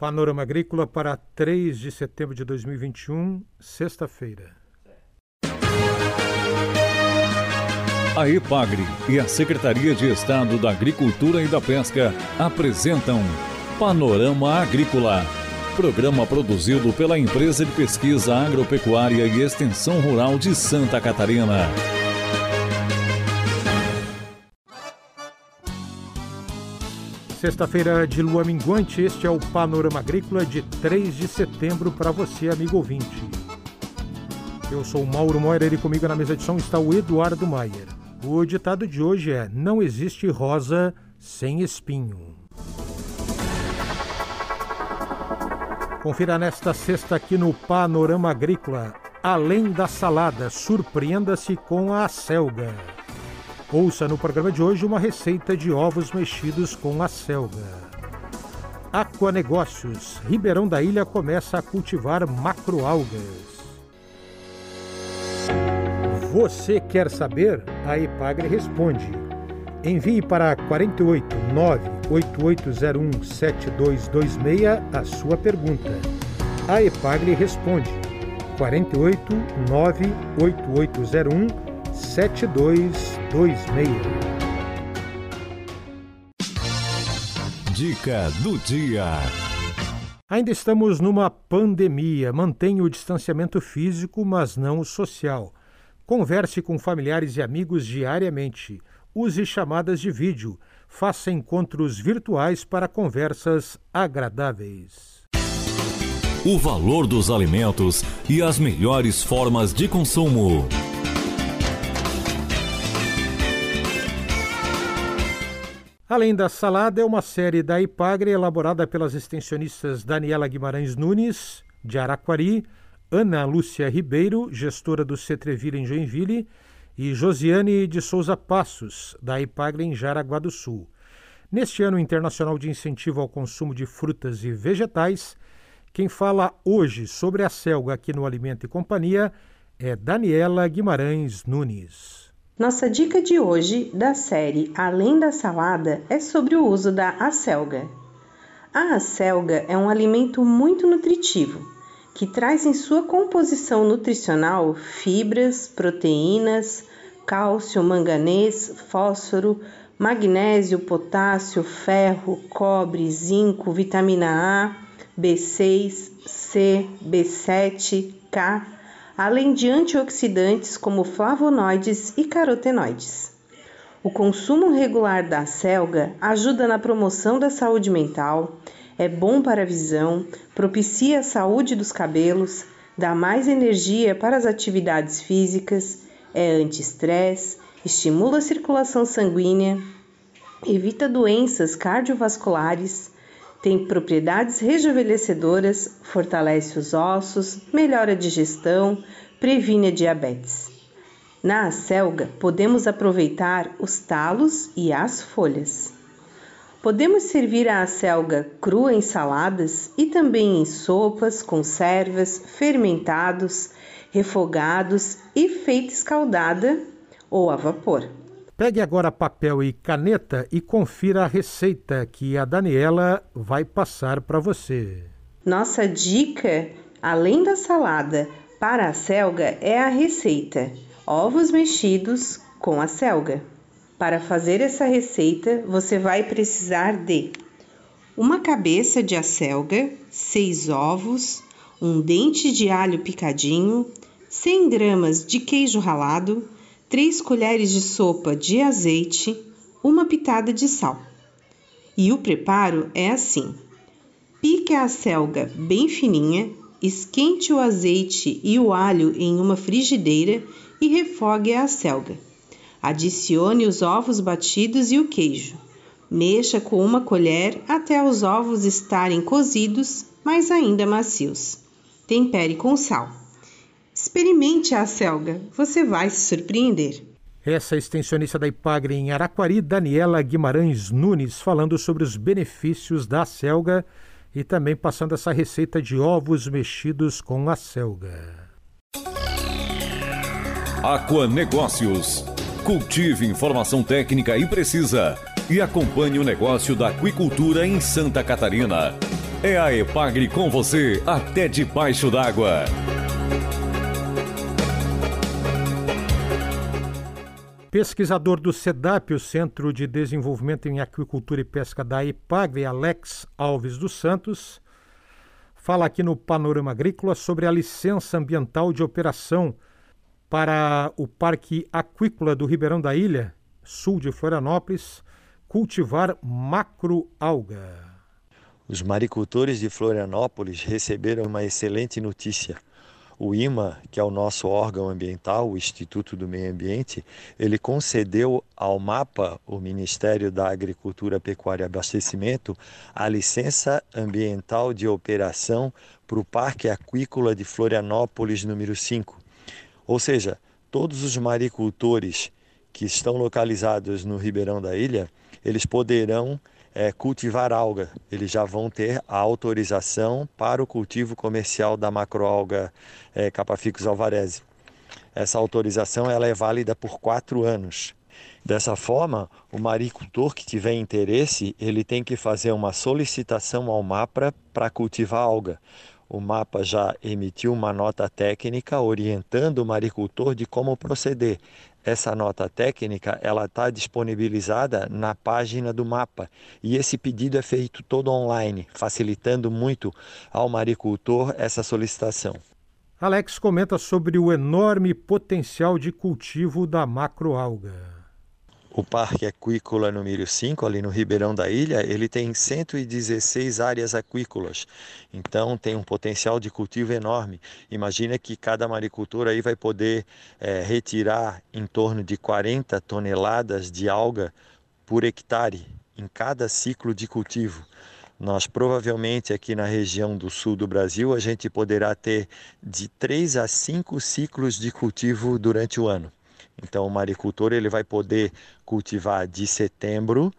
Panorama Agrícola para 3 de setembro de 2021, sexta-feira. A EPAGRE e a Secretaria de Estado da Agricultura e da Pesca apresentam Panorama Agrícola, programa produzido pela Empresa de Pesquisa Agropecuária e Extensão Rural de Santa Catarina. Sexta-feira de lua minguante, este é o Panorama Agrícola de 3 de setembro para você, amigo ouvinte. Eu sou o Mauro Moira e comigo na mesa de som está o Eduardo Maier. O ditado de hoje é: não existe rosa sem espinho. Confira nesta sexta aqui no Panorama Agrícola. Além da salada, surpreenda-se com a acelga. Ouça no programa de hoje uma receita de ovos mexidos com acelga. Aquanegócios. Ribeirão da Ilha começa a cultivar macroalgas. Você quer saber? A EPAGRE responde. Envie para 48 98801 7226 a sua pergunta. A EPAGRE responde. 48 98801 7226. Dica do dia. Ainda estamos numa pandemia. Mantenha o distanciamento físico, mas não o social. Converse com familiares e amigos diariamente. Use chamadas de vídeo. Faça encontros virtuais para conversas agradáveis. O valor dos alimentos e as melhores formas de consumo. Além da salada, é uma série da EPAGRE elaborada pelas extensionistas Daniela Guimarães Nunes, de Araquari, Ana Lúcia Ribeiro, gestora do Cetreville em Joinville, e Josiane de Souza Passos, da EPAGRE em Jaraguá do Sul. Neste Ano Internacional de Incentivo ao Consumo de Frutas e Vegetais, quem fala hoje sobre a acelga aqui no Alimento e Companhia é Daniela Guimarães Nunes. Nossa dica de hoje da série Além da Salada é sobre o uso da acelga. A acelga é um alimento muito nutritivo, que traz em sua composição nutricional fibras, proteínas, cálcio, manganês, fósforo, magnésio, potássio, ferro, cobre, zinco, vitamina A, B6, C, B7, K, além de antioxidantes como flavonoides e carotenoides. O consumo regular da acelga ajuda na promoção da saúde mental, é bom para a visão, propicia a saúde dos cabelos, dá mais energia para as atividades físicas, é anti-estresse, estimula a circulação sanguínea, evita doenças cardiovasculares, tem propriedades rejuvenescedoras, fortalece os ossos, melhora a digestão, previne a diabetes. Na acelga, podemos aproveitar os talos e as folhas. Podemos servir a acelga crua em saladas e também em sopas, conservas, fermentados, refogados e feita escaldada ou a vapor. Pegue agora papel e caneta e confira a receita que a Daniela vai passar para você. Nossa dica, além da salada, para a acelga é a receita ovos mexidos com acelga. Para fazer essa receita, você vai precisar de uma cabeça de acelga, 6 ovos, um dente de alho picadinho, 100 gramas de queijo ralado, 3 colheres de sopa de azeite, uma pitada de sal. E o preparo é assim: pique a acelga bem fininha, esquente o azeite e o alho em uma frigideira e refogue a acelga. Adicione os ovos batidos e o queijo. Mexa com uma colher até os ovos estarem cozidos, mas ainda macios. Tempere com sal. Experimente a acelga, você vai se surpreender. Essa extensionista da EPAGRE em Araquari, Daniela Guimarães Nunes, falando sobre os benefícios da acelga e também passando essa receita de ovos mexidos com acelga. Aquanegócios. Cultive informação técnica e precisa e acompanhe o negócio da aquicultura em Santa Catarina. É a EPAGRE com você até debaixo d'água. Pesquisador do CEDAP, o Centro de Desenvolvimento em Aquicultura e Pesca da EPAGRE, Alex Alves dos Santos, fala aqui no Panorama Agrícola sobre a licença ambiental de operação para o Parque Aquícola do Ribeirão da Ilha, sul de Florianópolis, cultivar macroalga. Os maricultores de Florianópolis receberam uma excelente notícia. O IMA, que é o nosso órgão ambiental, o Instituto do Meio Ambiente, ele concedeu ao MAPA, o Ministério da Agricultura, Pecuária e Abastecimento, a licença ambiental de operação para o Parque Aquícola de Florianópolis número 5. Ou seja, todos os maricultores que estão localizados no Ribeirão da Ilha, eles poderão cultivar alga. Eles já vão ter a autorização para o cultivo comercial da macroalga Capaficus alvarezi. Essa autorização ela é válida por 4 anos. Dessa forma, o maricultor que tiver interesse, ele tem que fazer uma solicitação ao MAPA para cultivar alga. O MAPA já emitiu uma nota técnica orientando o maricultor de como proceder. Essa nota técnica ela está disponibilizada na página do MAPA e esse pedido é feito todo online, facilitando muito ao maricultor essa solicitação. Alex comenta sobre o enorme potencial de cultivo da macroalga. O Parque Aquícola número 5, ali no Ribeirão da Ilha, ele tem 116 áreas aquícolas. Então tem um potencial de cultivo enorme. Imagina que cada maricultor aí vai poder retirar em torno de 40 toneladas de alga por hectare em cada ciclo de cultivo. Nós provavelmente aqui na região do sul do Brasil, a gente poderá ter de 3 a 5 ciclos de cultivo durante o ano. Então, o maricultor ele vai poder cultivar de setembro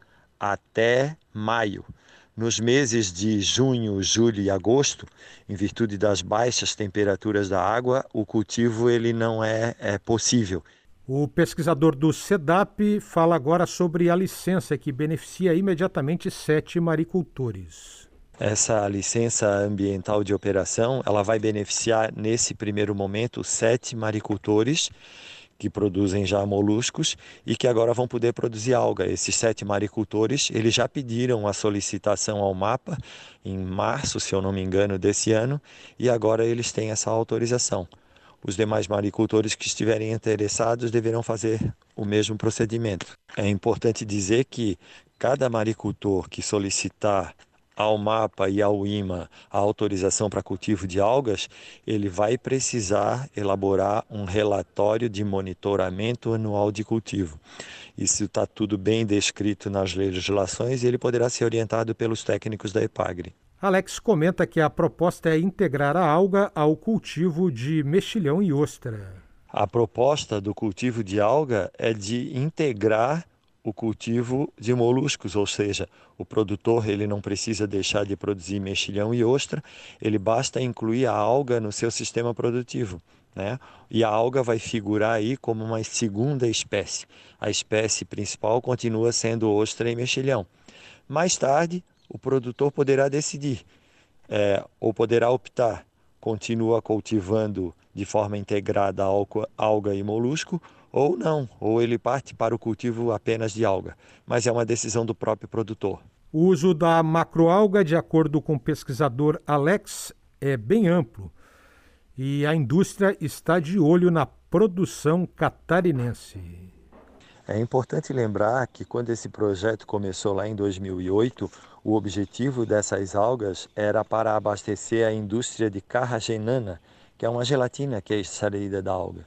até maio. Nos meses de junho, julho e agosto, em virtude das baixas temperaturas da água, o cultivo ele não é possível. O pesquisador do CEDAP fala agora sobre a licença que beneficia imediatamente 7 maricultores. Essa licença ambiental de operação ela vai beneficiar, nesse primeiro momento, 7 maricultores que produzem já moluscos e que agora vão poder produzir alga. Esses 7 maricultores, eles já pediram a solicitação ao MAPA em março, se eu não me engano, desse ano, e agora eles têm essa autorização. Os demais maricultores que estiverem interessados deverão fazer o mesmo procedimento. É importante dizer que cada maricultor que solicitar ao MAPA e ao IMA a autorização para cultivo de algas, ele vai precisar elaborar um relatório de monitoramento anual de cultivo. Isso está tudo bem descrito nas legislações e ele poderá ser orientado pelos técnicos da EPAGRE. Alex comenta que a proposta é integrar a alga ao cultivo de mexilhão e ostra. A proposta do cultivo de alga é de integrar o cultivo de moluscos, ou seja, o produtor ele não precisa deixar de produzir mexilhão e ostra, ele basta incluir a alga no seu sistema produtivo, né? E a alga vai figurar aí como uma segunda espécie. A espécie principal continua sendo ostra e mexilhão. Mais tarde, o produtor poderá decidir, ou poderá optar, continua cultivando de forma integrada alga e molusco, ou não, ou ele parte para o cultivo apenas de alga, mas é uma decisão do próprio produtor. O uso da macroalga, de acordo com o pesquisador Alex, é bem amplo e a indústria está de olho na produção catarinense. É importante lembrar que quando esse projeto começou lá em 2008, o objetivo dessas algas era para abastecer a indústria de carragenana, que é uma gelatina que é extraída da alga.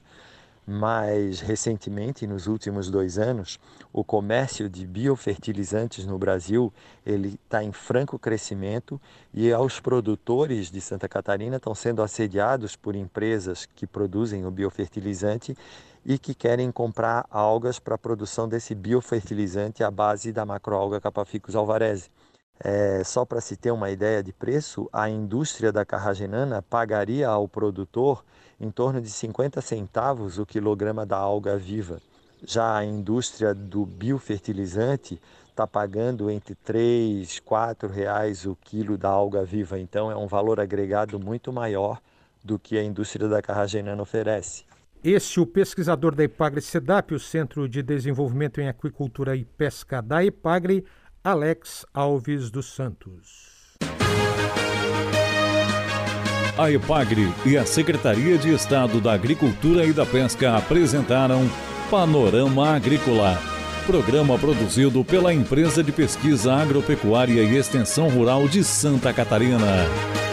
Mas, recentemente, nos últimos 2 anos, o comércio de biofertilizantes no Brasil ele está em franco crescimento e os produtores de Santa Catarina estão sendo assediados por empresas que produzem o biofertilizante e que querem comprar algas para a produção desse biofertilizante à base da macroalga Capaficus alvarezi. Só para se ter uma ideia de preço, a indústria da carragenana pagaria ao produtor em torno de 50 centavos o quilograma da alga viva. Já a indústria do biofertilizante está pagando entre R$ 3, R$ 4 o quilo da alga viva. Então é um valor agregado muito maior do que a indústria da carragenana oferece. Esse é o pesquisador da Epagre-Sedap, o Centro de Desenvolvimento em Aquicultura e Pesca da Epagre, Alex Alves dos Santos. A Epagre e a Secretaria de Estado da Agricultura e da Pesca apresentaram Panorama Agrícola, programa produzido pela Empresa de Pesquisa Agropecuária e Extensão Rural de Santa Catarina.